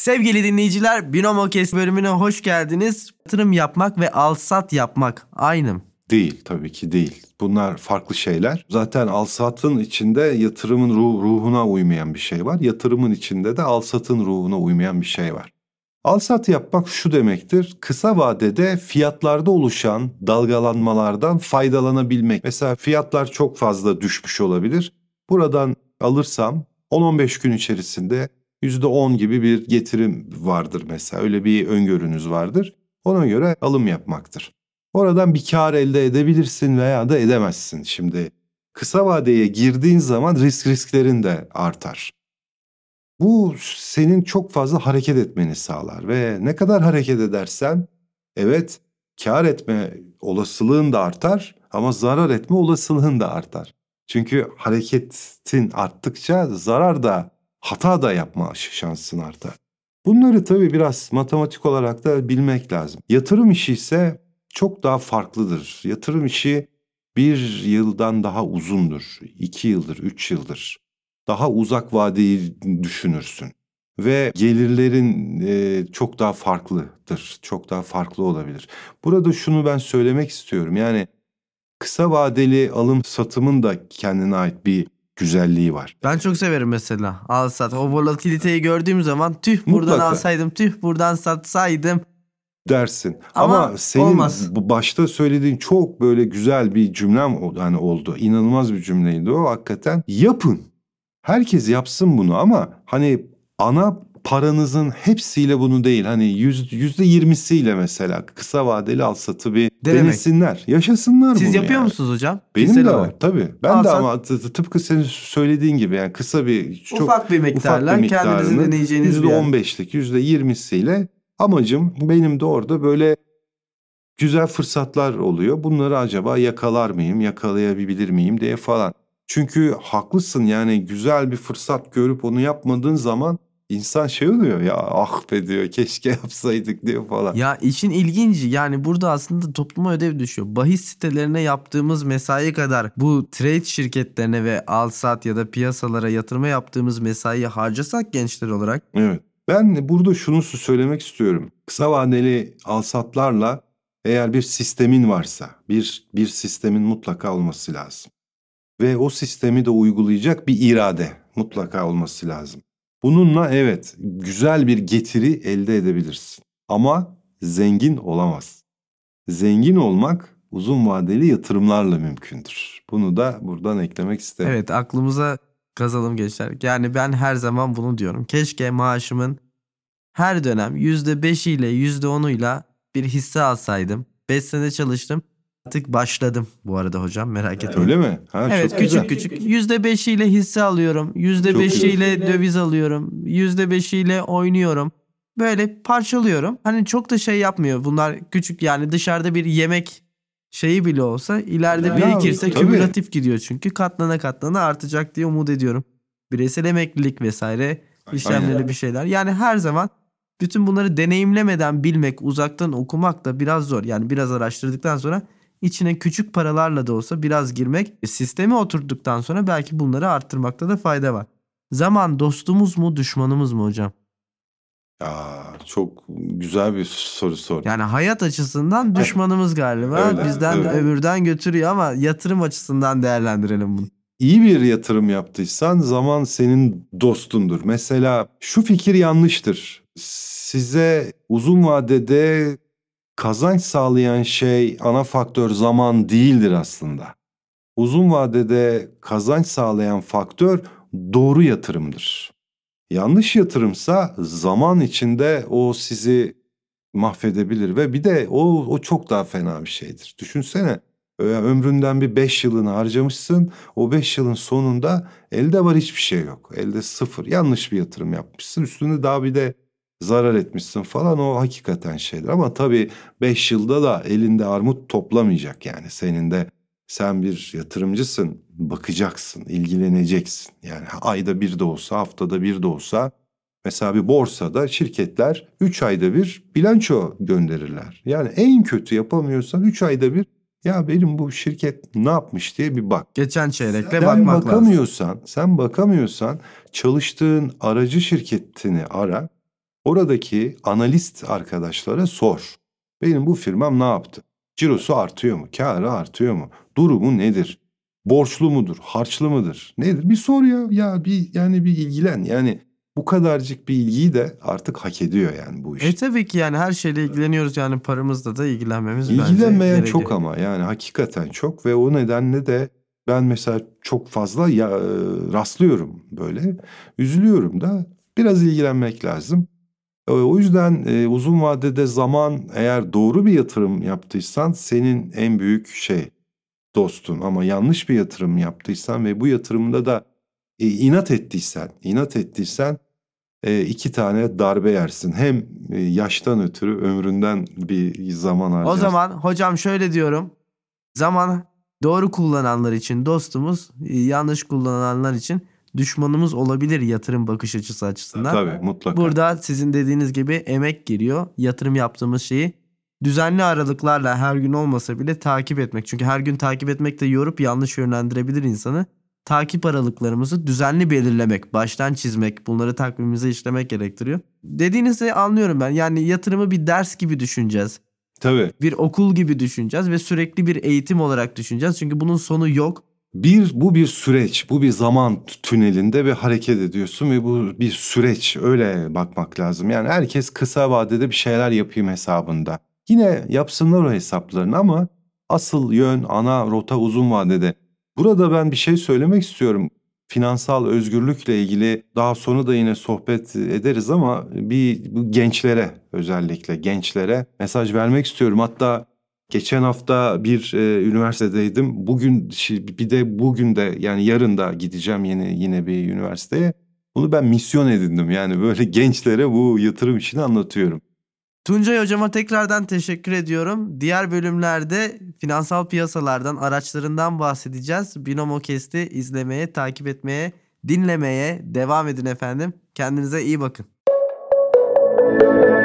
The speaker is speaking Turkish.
Sevgili dinleyiciler, Binomokes bölümüne hoş geldiniz. Yatırım yapmak ve alsat yapmak aynı mı? Değil, tabii ki değil. Bunlar farklı şeyler. Zaten alsatın içinde yatırımın ruhuna uymayan bir şey var. Yatırımın içinde de alsatın ruhuna uymayan bir şey var. Alsat yapmak şu demektir: kısa vadede fiyatlarda oluşan dalgalanmalardan faydalanabilmek. Mesela fiyatlar çok fazla düşmüş olabilir. Buradan alırsam 10-15 gün içerisinde %10 gibi bir getirim vardır mesela. Öyle bir öngörünüz vardır. Ona göre alım yapmaktır. Oradan bir kar elde edebilirsin veya da edemezsin. Şimdi kısa vadeye girdiğin zaman risklerin de artar. Bu senin çok fazla hareket etmeni sağlar ve ne kadar hareket edersen evet kar etme olasılığın da artar ama zarar etme olasılığın da artar. Çünkü hareketin arttıkça zarar da hata da yapma şansın artar. Bunları tabii biraz matematik olarak da bilmek lazım. Yatırım işi ise çok daha farklıdır. Yatırım işi 1 yıldan daha uzundur. 2 yıldır, 3 yıldır. Daha uzak vadeyi düşünürsün. Ve gelirlerin çok daha farklıdır. Çok daha farklı olabilir. Burada şunu ben söylemek istiyorum. Yani kısa vadeli alım satımın da kendine ait bir güzelliği var. Ben çok severim mesela alsat. O volatiliteyi gördüğüm zaman buradan Mutlaka alsaydım, buradan satsaydım dersin. Ama Ama senin olmaz. başta söylediğin çok böyle güzel bir cümlem yani oldu. İnanılmaz bir cümleydi o hakikaten. Yapın. Herkes yapsın bunu ama hani ana paranızın hepsiyle bunu değil. Hani %20'siyle mesela kısa vadeli alsatı bir denesinler. Yaşasınlar bunu. Siz yapıyor yani. musunuz hocam? Benim Kişisel de olarak. var tabii. Ben de ama tıpkı senin söylediğin gibi yani kısa bir çok ufak bir miktarla kendinizi deneyeceğiniz bir yer. %15'lik %20'siyle amacım benim de orada böyle güzel fırsatlar oluyor. Bunları acaba yakalar mıyım, yakalayabilir miyim diye falan. Çünkü haklısın yani güzel bir fırsat görüp onu yapmadığın zaman insan şey oluyor ya ah be diyor keşke yapsaydık diyor falan. Ya işin ilginci yani burada aslında topluma ödev düşüyor. Bahis sitelerine yaptığımız mesai kadar bu trade şirketlerine ve alsat ya da piyasalara yatırma yaptığımız mesaiyi harcasak gençler olarak. Evet. Ben burada şunu söylemek istiyorum. Kısa vadeli alsatlarla eğer bir sistemin varsa bir sistemin mutlaka olması lazım. Ve o sistemi de uygulayacak bir irade mutlaka olması lazım. Bununla evet güzel bir getiri elde edebilirsin. Ama zengin olamaz. Zengin olmak uzun vadeli yatırımlarla mümkündür. Bunu da buradan eklemek isterim. Evet, aklımıza kazalım gençler. Yani ben her zaman bunu diyorum. Keşke maaşımın her dönem %5'iyle %10'uyla bir hisse alsaydım. 5 sene çalıştım. Artık başladım bu arada hocam, merak etmeyin. Öyle mi? Ha, Evet, çok küçük güzel. küçük %5'iyle hisse alıyorum. %5'iyle döviz alıyorum. %5'iyle oynuyorum. Böyle parçalıyorum. Hani çok da şey yapmıyor. Bunlar küçük yani dışarıda bir yemek şeyi bile olsa ileride Ya, birikirse tabii. kümülatif gidiyor çünkü. Katlana katlana artacak diye umut ediyorum. Bireysel emeklilik vesaire işlemleri bir şeyler. Yani her zaman bütün bunları deneyimlemeden bilmek, uzaktan okumak da biraz zor. Yani biraz araştırdıktan sonra içine küçük paralarla da olsa biraz girmek, sisteme oturttuktan sonra belki bunları arttırmakta da fayda var. Zaman dostumuz mu, düşmanımız mı hocam? Çok güzel bir soru sordun. Yani hayat açısından düşmanımız galiba. Öyle, Bizden evet. öbürden götürüyor ama yatırım açısından değerlendirelim bunu. İyi bir yatırım yaptıysan zaman senin dostundur. Mesela şu fikir yanlıştır. Size uzun vadede kazanç sağlayan şey ana faktör zaman değildir aslında. Uzun vadede kazanç sağlayan faktör doğru yatırımdır. Yanlış yatırımsa zaman içinde o sizi mahvedebilir ve bir de o çok daha fena bir şeydir. Düşünsene ömründen bir 5 yılını harcamışsın. O 5 yılın sonunda elde var hiçbir şey yok. Elde sıfır. Yanlış bir yatırım yapmışsın. Üstüne daha bir de zarar etmişsin falan o hakikaten şeydir. Ama tabii 5 yılda da elinde armut toplamayacak yani. Sen bir yatırımcısın, bakacaksın, ilgileneceksin. Yani ayda bir de olsa, haftada bir de olsa. Mesela bir borsada şirketler 3 ayda bir bilanço gönderirler. Yani en kötü yapamıyorsan 3 ayda bir ya benim bu şirket ne yapmış diye bir bak. Geçen çeyrekle bakmak lazım. Sen bakamıyorsan çalıştığın aracı şirketini ara. Oradaki analist arkadaşlara sor. Benim bu firmam ne yaptı? Cirosu artıyor mu? Kârı artıyor mu? Durumu nedir? Borçlu mudur? Harçlı mıdır? Nedir? Bir sor ya. Ya bir ilgilen. Yani bu kadarcık bir ilgiyi de artık hak ediyor yani bu iş. Tabii ki yani her şeyle ilgileniyoruz, yani paramızla da ilgilenmemiz bence İlgilenmeyen gerekli. çok ama yani hakikaten çok ve o nedenle de ben mesela çok fazla rastlıyorum böyle. Üzülüyorum da biraz ilgilenmek lazım. O yüzden uzun vadede zaman, eğer doğru bir yatırım yaptıysan senin en büyük dostun, ama yanlış bir yatırım yaptıysan ve bu yatırımda da inat ettiysen 2 tane darbe yersin. Hem yaştan ötürü ömründen bir zaman harcarsın. O zaman hocam şöyle diyorum. Zaman doğru kullananlar için dostumuz, yanlış kullananlar için düşmanımız olabilir yatırım bakış açısı açısından. Tabii, mutlaka. Burada sizin dediğiniz gibi emek giriyor. Yatırım yaptığımız şeyi düzenli aralıklarla, her gün olmasa bile takip etmek. Çünkü her gün takip etmek de yorup yanlış yönlendirebilir insanı. Takip aralıklarımızı düzenli belirlemek, baştan çizmek, bunları takvimimize işlemek gerektiriyor. Dediğinizi anlıyorum ben. Yani yatırımı bir ders gibi düşüneceğiz. Tabii. Bir okul gibi düşüneceğiz ve sürekli bir eğitim olarak düşüneceğiz. Çünkü bunun sonu yok. Bu bir süreç, bu bir zaman tünelinde ve hareket ediyorsun ve bu bir süreç, öyle bakmak lazım. Yani herkes kısa vadede bir şeyler yapayım hesabında. Yine yapsınlar o hesaplarını ama asıl yön, ana rota uzun vadede. Burada ben bir şey söylemek istiyorum. Finansal özgürlükle ilgili daha sonra da yine sohbet ederiz ama bu gençlere, özellikle gençlere mesaj vermek istiyorum. Hatta geçen hafta bir üniversitedeydim. Bugün de yani yarın da gideceğim yine bir üniversiteye. Bunu ben misyon edindim. Yani böyle gençlere bu yatırım işini anlatıyorum. Tuncay hocama tekrardan teşekkür ediyorum. Diğer bölümlerde finansal piyasalardan, araçlarından bahsedeceğiz. Binomo Kest'i izlemeye, takip etmeye, dinlemeye devam edin efendim. Kendinize iyi bakın.